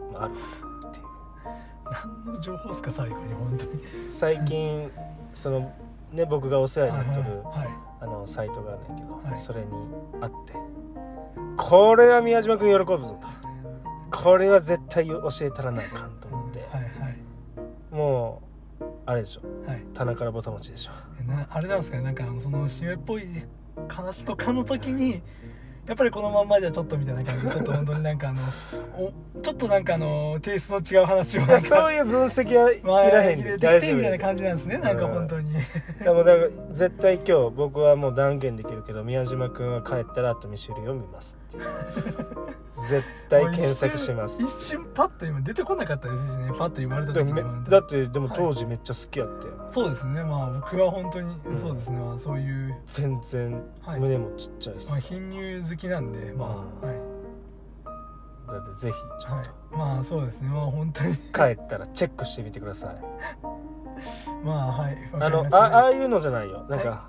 まあ、あるっていう。 何の情報ですか最後に本当に最近そのね僕がお世話になっとる、はいはいはい、あのサイトがあるんやけど、はい、それにあって、これは宮島君喜ぶぞと、これは絶対教えたらなあかんと思って、うんはいはい、もうあれでしょ、はい、棚からぼたもちでしょ、 なあれなんですかね、なんかその締めっぽい話とかの時にやっぱりこのまんまじゃちょっとみたいな感じで、ちょっと本当になんかあのおちょっとなんかあのテイストの違う話をなんかそういう分析はいらへんで大丈夫みたいな感じなんですね、なんか本当に、 うん、でもだから絶対今日僕はもう断言できるけど、宮島君は帰ったらアトミシュリを見ますって絶対検索します。 一瞬, 一瞬パッと今出てこなかったですしね、パッと言われた時にだってでも当時めっちゃ好きやったよ、 はい、そうですね、まあ僕は本当に、うん、そうですね、まあ、そういう全然胸もちっちゃいし、 はい、まあ、貧乳好きなんで、まあ、うん、はい、 だってぜひちょっと、はい、 まあそうですね、まあ本当に帰ったらチェックしてみてくださいまあはい、 あの あ, ああいうのじゃないよ、なんか、はい、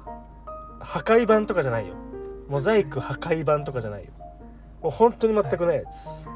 破壊版とかじゃないよ、モザイク破壊版とかじゃないよ、もう本当に全くないやつ、はい、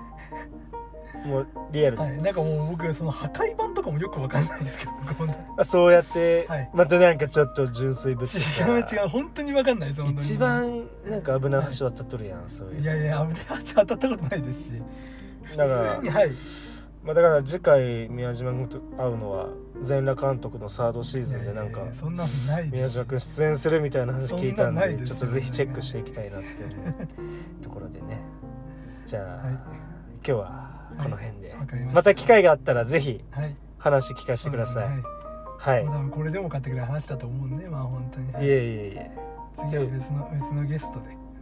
もうリアルです、はい、なんかもう僕その破壊版とかもよく分かんないですけどそうやって、はい、またなんかちょっと純粋ぶって違う違う本当に分かんないです、本当に一番なんか危ない橋渡っとるやん、はい、そういう、 いやいや危ない橋渡ったことないですし、普通に、はい、 まあ、だから次回宮島君と会うのは全裸監督のサードシーズンでなんかそんなのないです、 宮島君出演するみたいな話聞いたん で, で、ね、ちょっとぜひチェックしていきたいなっていうところでね、じゃあ、はい、今日はこの辺で、はい、ま, また機会があったらぜひ話聞かせてください、はい、はい、 多分これでも買ってくれる話だと思うんで、まあ本当に、はい、 いえいえいえ、 次は別の別のゲストで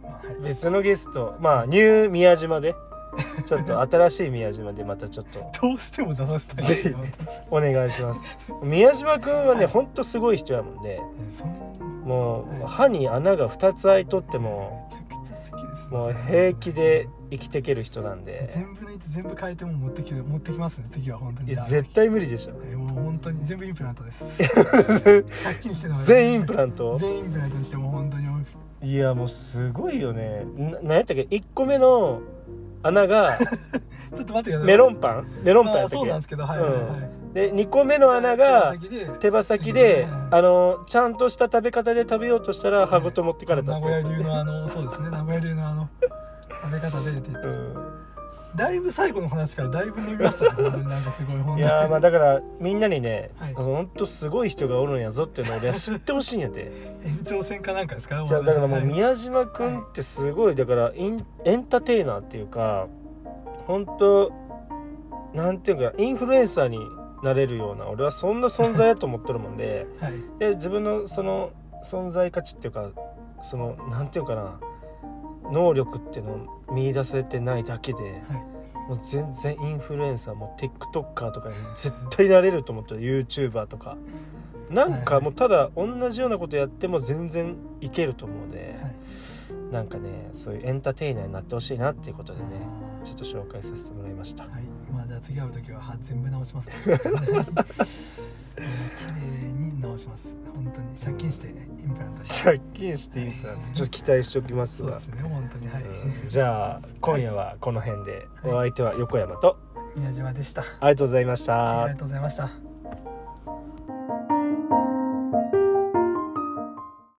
まあはい、 別のゲスト、まあニュー宮島でちょっと新しい宮島でまたちょっとどうしても出させたいぜひお願いします。宮島くんはね、ほんとすごい人やもんで、もう歯に穴がふたつ開いとってもめちゃくちゃ好きです、 もう平気で生きていける人なんで、 全部抜いて全部変えても持ってき持ってきますね次は。本当にいや絶対無理でしょ。 もう本当に全部インプラントです借金して全員インプラント全員インプラントにしても本当に。 いやもうすごいよね。な何やったっけ、いっこめの穴がちょっと待ってください、 メロンパンメロンパンやったっけ。 そうなんですけど、はいはいはい、 うん、でにこめの穴が手羽先で、あのちゃんとした食べ方で食べようとしたら歯ごと持ってかれたって名古屋流のあのそうですね名古屋流のあの食べ方でって言って、うん、だいぶ最後の話からだいぶ伸びましたねなんかすごい本当に。 いやまあだからみんなにね、はい、ほんとすごい人がおるんやぞっていうのを俺は知ってほしいんやて延長戦かなんかですか。 じゃあだからもう宮島くんってすごい、だからインエンターテイナーっていうか、本当なんていうかインフルエンサーになれるような、俺はそんな存在だと思ってるもんで、はい、で自分のその存在価値っていうか、そのなんていうかな能力っていうのを見出せてないだけで、はい、もう全然インフルエンサーも TikToker とかに絶対なれると思ってる。 YouTuber とかなんかもうただ同じようなことやっても全然いけると思うので、はい、なんかねそういうエンターテイナーになってほしいなっていうことでね、ちょっと紹介させてもらいました。はい、 まあじゃあ次会う時は歯全部直します、ね、綺麗に直します。本当に借金してインプラントして借金してインプラントちょっと期待しておきますわ。 そうですね本当に、はい、 うん、じゃあ今夜はこの辺で、はい、お相手は横山と宮島でした。 ありがとうございました、 はい、ありがとうございました。